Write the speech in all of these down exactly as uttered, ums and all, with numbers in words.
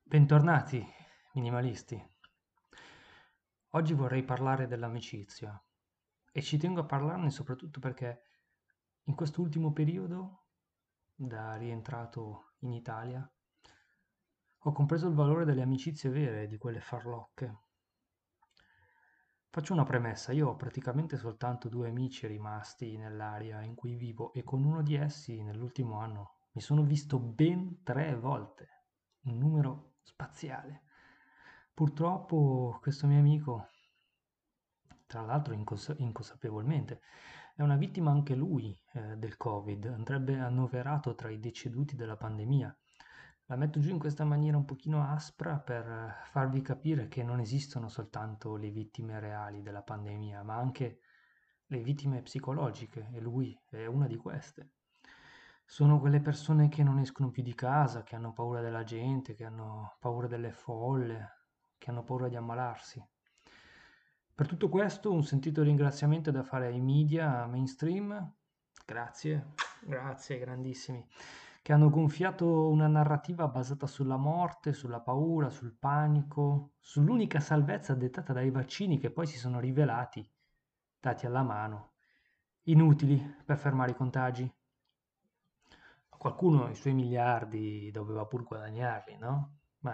Bentornati, minimalisti. Oggi vorrei parlare dell'amicizia e ci tengo a parlarne soprattutto perché in quest'ultimo periodo, da rientrato in Italia, ho compreso il valore delle amicizie vere, di quelle farlocche. Faccio una premessa, io ho praticamente soltanto due amici rimasti nell'area in cui vivo e con uno di essi nell'ultimo anno mi sono visto ben tre volte, un numero spaziale. Purtroppo questo mio amico, tra l'altro incons- inconsapevolmente, è una vittima anche lui eh, del Covid, andrebbe annoverato tra i deceduti della pandemia. La metto giù in questa maniera un pochino aspra per eh, farvi capire che non esistono soltanto le vittime reali della pandemia, ma anche le vittime psicologiche e lui è una di queste. Sono quelle persone che non escono più di casa, che hanno paura della gente, che hanno paura delle folle, che hanno paura di ammalarsi. Per tutto questo un sentito ringraziamento da fare ai media mainstream, grazie, grazie, grandissimi, che hanno gonfiato una narrativa basata sulla morte, sulla paura, sul panico, sull'unica salvezza dettata dai vaccini che poi si sono rivelati, dati alla mano, inutili per fermare i contagi. Qualcuno i suoi miliardi doveva pur guadagnarli, no? Ma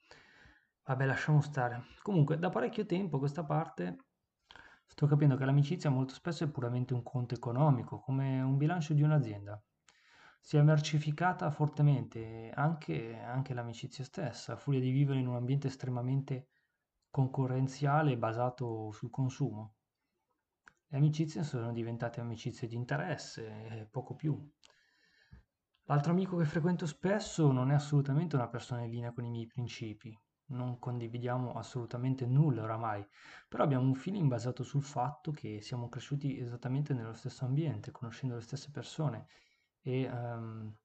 vabbè, lasciamo stare. Comunque, da parecchio tempo a questa parte sto capendo che l'amicizia molto spesso è puramente un conto economico, come un bilancio di un'azienda. Si è mercificata fortemente anche, anche l'amicizia stessa, a furia di vivere in un ambiente estremamente concorrenziale basato sul consumo. Le amicizie sono diventate amicizie di interesse e poco più. L'altro amico che frequento spesso non è assolutamente una persona in linea con i miei principi. Non condividiamo assolutamente nulla oramai, però abbiamo un feeling basato sul fatto che siamo cresciuti esattamente nello stesso ambiente, conoscendo le stesse persone e ehm,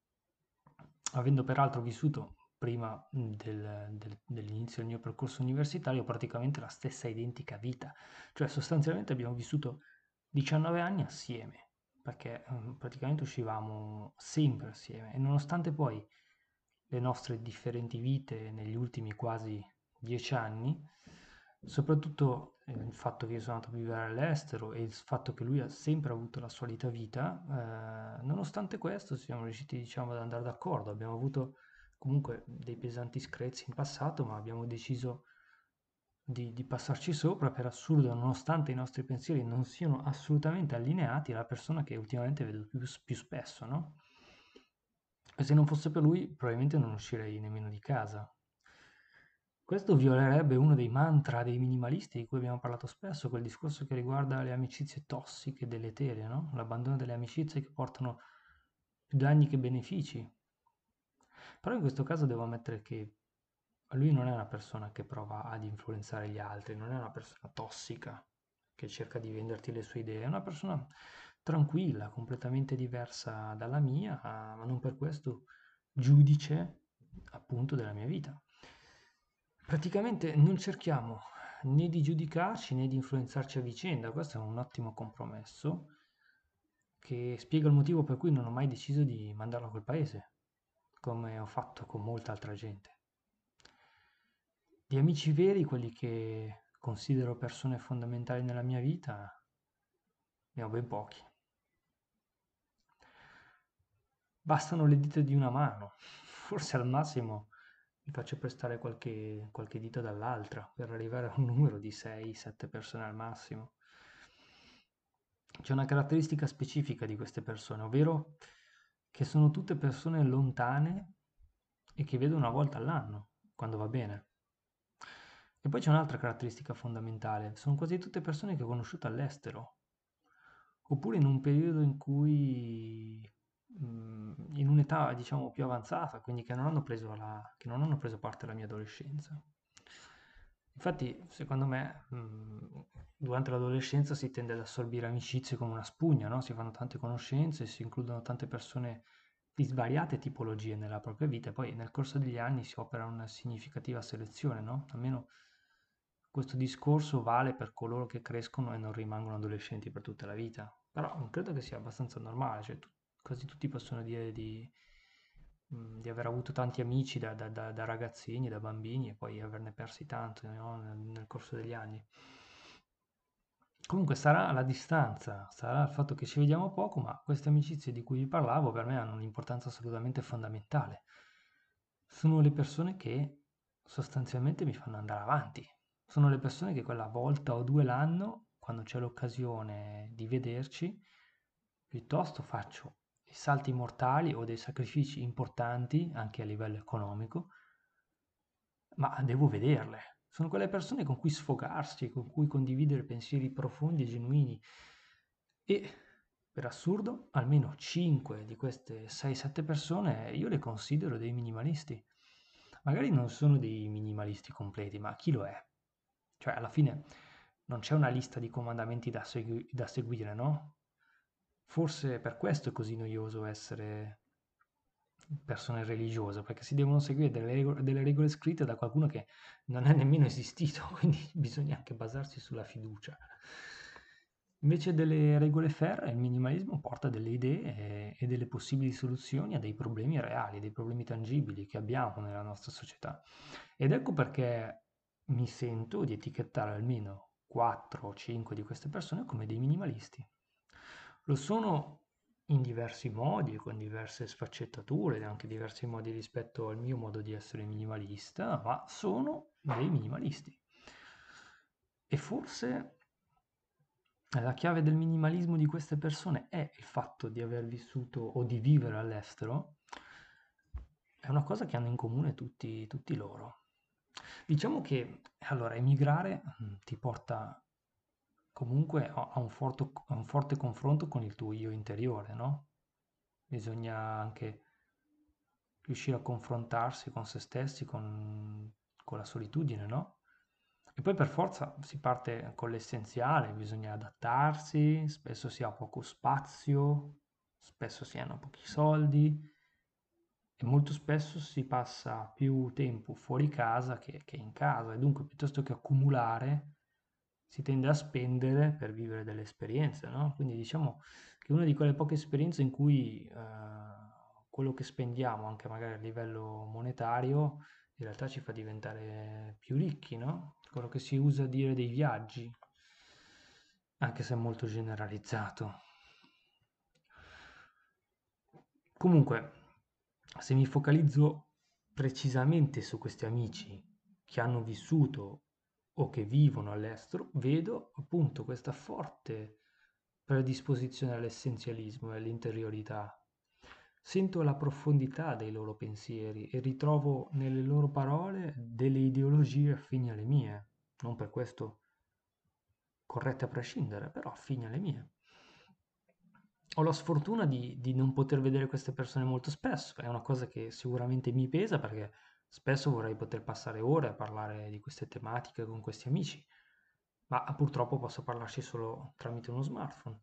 avendo peraltro vissuto prima mh, del- del- dell'inizio del mio percorso universitario praticamente la stessa identica vita, cioè sostanzialmente abbiamo vissuto diciannove anni assieme, perché ehm, praticamente uscivamo sempre assieme e nonostante poi le nostre differenti vite negli ultimi quasi dieci anni, soprattutto eh, il fatto che io sono andato a vivere all'estero e il fatto che lui ha sempre avuto la solita vita, eh, nonostante questo siamo riusciti, diciamo, ad andare d'accordo. Abbiamo avuto comunque dei pesanti screzi in passato, ma abbiamo deciso di, di passarci sopra. Per assurdo, nonostante i nostri pensieri non siano assolutamente allineati, è la persona che ultimamente vedo più, più spesso, no? E se non fosse per lui, probabilmente non uscirei nemmeno di casa. Questo violerebbe uno dei mantra dei minimalisti di cui abbiamo parlato spesso, quel discorso che riguarda le amicizie tossiche e deleterie, no? L'abbandono delle amicizie che portano più danni che benefici. Però in questo caso devo ammettere che lui non è una persona che prova ad influenzare gli altri, non è una persona tossica che cerca di venderti le sue idee, è una persona tranquilla, completamente diversa dalla mia, ah, ma non per questo giudice appunto della mia vita. Praticamente non cerchiamo né di giudicarci né di influenzarci a vicenda, questo è un ottimo compromesso che spiega il motivo per cui non ho mai deciso di mandarlo a quel paese, come ho fatto con molta altra gente. Di amici veri, quelli che considero persone fondamentali nella mia vita, ne ho ben pochi. Bastano le dita di una mano, forse al massimo mi faccio prestare qualche, qualche dito dall'altra per arrivare a un numero di sei sette persone al massimo. C'è una caratteristica specifica di queste persone, ovvero che sono tutte persone lontane e che vedo una volta all'anno, quando va bene. E poi c'è un'altra caratteristica fondamentale, sono quasi tutte persone che ho conosciuto all'estero, oppure in un periodo in cui, mh, in un'età diciamo più avanzata, quindi che non hanno preso la- che non hanno preso parte alla mia adolescenza. Infatti, secondo me, mh, durante l'adolescenza si tende ad assorbire amicizie come una spugna, no? Si fanno tante conoscenze, si includono tante persone di svariate tipologie nella propria vita e poi nel corso degli anni si opera una significativa selezione, no? Almeno questo discorso vale per coloro che crescono e non rimangono adolescenti per tutta la vita. Però credo che sia abbastanza normale, cioè tu- quasi tutti possono dire di, mh, di aver avuto tanti amici da, da- da- da ragazzini, da bambini e poi averne persi tanto, no, nel, nel corso degli anni. Comunque sarà la distanza, sarà il fatto che ci vediamo poco, ma queste amicizie di cui vi parlavo per me hanno un'importanza assolutamente fondamentale. Sono le persone che sostanzialmente mi fanno andare avanti. Sono le persone che quella volta o due l'anno, quando c'è l'occasione di vederci, piuttosto faccio dei salti mortali o dei sacrifici importanti anche a livello economico, ma devo vederle. Sono quelle persone con cui sfogarsi, con cui condividere pensieri profondi e genuini. E per assurdo, almeno cinque di queste sei sette persone io le considero dei minimalisti. Magari non sono dei minimalisti completi, ma chi lo è? Cioè, alla fine non c'è una lista di comandamenti da, segui- da seguire, no? Forse per questo è così noioso essere persone religiose, perché si devono seguire delle regole, delle regole scritte da qualcuno che non è nemmeno esistito, quindi bisogna anche basarsi sulla fiducia. Invece delle regole ferree, il minimalismo porta delle idee e, e delle possibili soluzioni a dei problemi reali, dei problemi tangibili che abbiamo nella nostra società. Ed ecco perché mi sento di etichettare almeno quattro o cinque di queste persone come dei minimalisti. Lo sono in diversi modi, con diverse sfaccettature, e anche diversi modi rispetto al mio modo di essere minimalista, ma sono dei minimalisti. E forse la chiave del minimalismo di queste persone è il fatto di aver vissuto o di vivere all'estero, è una cosa che hanno in comune tutti, tutti loro. Diciamo che allora emigrare mm, ti porta comunque a, a un forte, a un forte confronto con il tuo io interiore, no? Bisogna anche riuscire a confrontarsi con se stessi, con, con la solitudine, no? E poi per forza si parte con l'essenziale, bisogna adattarsi, spesso si ha poco spazio, spesso si hanno pochi soldi e molto spesso si passa più tempo fuori casa che, che in casa e dunque piuttosto che accumulare si tende a spendere per vivere delle esperienze, no? Quindi diciamo che è una di quelle poche esperienze in cui eh, quello che spendiamo, anche magari a livello monetario, in realtà ci fa diventare più ricchi, no? Quello che si usa a dire dei viaggi, anche se è molto generalizzato. Comunque, se mi focalizzo precisamente su questi amici che hanno vissuto o che vivono all'estero, vedo appunto questa forte predisposizione all'essenzialismo e all'interiorità. Sento la profondità dei loro pensieri e ritrovo nelle loro parole delle ideologie affini alle mie, non per questo corrette a prescindere, però affini alle mie. Ho la sfortuna di, di non poter vedere queste persone molto spesso, è una cosa che sicuramente mi pesa perché spesso vorrei poter passare ore a parlare di queste tematiche con questi amici, ma purtroppo posso parlarci solo tramite uno smartphone.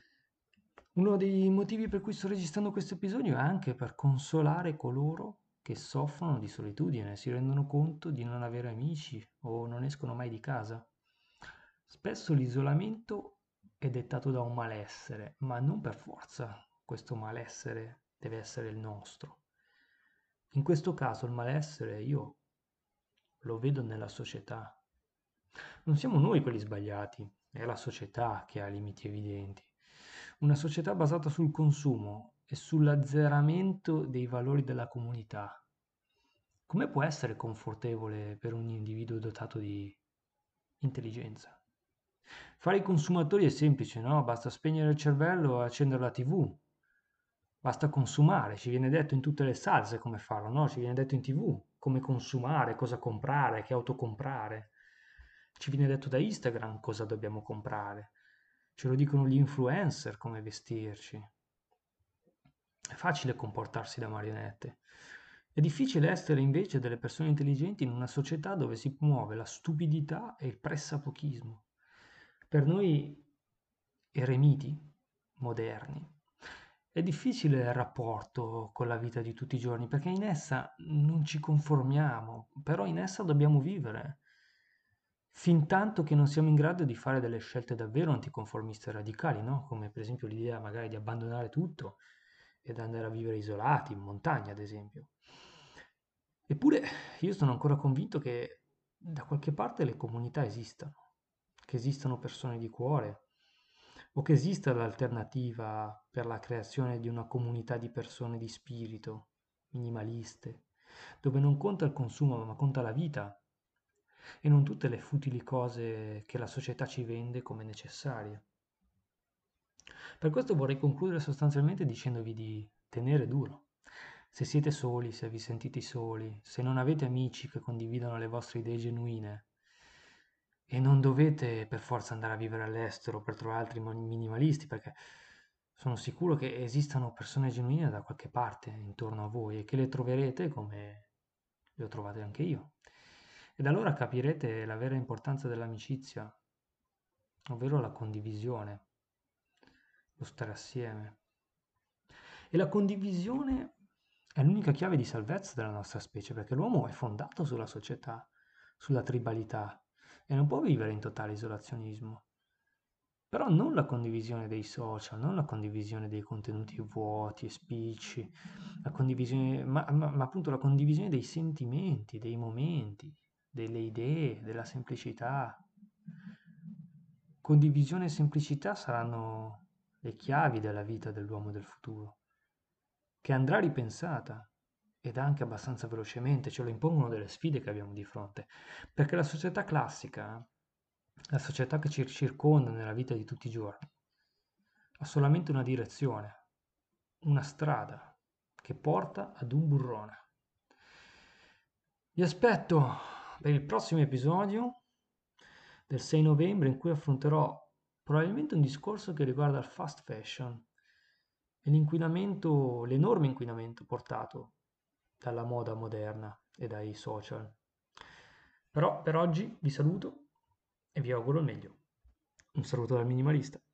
Uno dei motivi per cui sto registrando questo episodio è anche per consolare coloro che soffrono di solitudine, si rendono conto di non avere amici o non escono mai di casa. Spesso l'isolamento è dettato da un malessere, ma non per forza questo malessere deve essere il nostro. In questo caso il malessere io lo vedo nella società. Non siamo noi quelli sbagliati, è la società che ha limiti evidenti. Una società basata sul consumo e sull'azzeramento dei valori della comunità. Come può essere confortevole per un individuo dotato di intelligenza? Fare i consumatori è semplice, no? Basta spegnere il cervello e accendere la T V. Basta consumare, ci viene detto in tutte le salse come farlo, no? Ci viene detto in T V come consumare, cosa comprare, che auto comprare. Ci viene detto da Instagram cosa dobbiamo comprare. Ce lo dicono gli influencer come vestirci. È facile comportarsi da marionette. È difficile essere invece delle persone intelligenti in una società dove si promuove la stupidità e il pressapochismo. Per noi eremiti moderni è difficile il rapporto con la vita di tutti i giorni perché in essa non ci conformiamo, però in essa dobbiamo vivere. Fintanto che non siamo in grado di fare delle scelte davvero anticonformiste e radicali, no? Come per esempio l'idea magari di abbandonare tutto ed andare a vivere isolati, in montagna ad esempio. Eppure io sono ancora convinto che da qualche parte le comunità esistano, che esistano persone di cuore, o che esista l'alternativa per la creazione di una comunità di persone di spirito, minimaliste, dove non conta il consumo, ma conta la vita e non tutte le futili cose che la società ci vende come necessarie. Per questo vorrei concludere sostanzialmente dicendovi di tenere duro. Se siete soli, se vi sentite soli, se non avete amici che condividono le vostre idee genuine e non dovete per forza andare a vivere all'estero per trovare altri mon- minimalisti, perché sono sicuro che esistano persone genuine da qualche parte intorno a voi e che le troverete come le ho trovate anche io. Ed allora capirete la vera importanza dell'amicizia, ovvero la condivisione, lo stare assieme. E la condivisione è l'unica chiave di salvezza della nostra specie, perché l'uomo è fondato sulla società, sulla tribalità e non può vivere in totale isolazionismo. Però non la condivisione dei social, non la condivisione dei contenuti vuoti e spicci, la condivisione, ma, ma- ma appunto la condivisione dei sentimenti, dei momenti, delle idee, della semplicità. Condivisione e semplicità saranno le chiavi della vita dell'uomo del futuro, che andrà ripensata ed anche abbastanza velocemente, ce lo impongono delle sfide che abbiamo di fronte, perché la società classica, la società che ci circonda nella vita di tutti i giorni, ha solamente una direzione, una strada che porta ad un burrone. Vi aspetto per il prossimo episodio del sei novembre in cui affronterò probabilmente un discorso che riguarda il fast fashion e l'inquinamento, l'enorme inquinamento portato dalla moda moderna e dai social. Però per oggi vi saluto e vi auguro il meglio. Un saluto dal minimalista.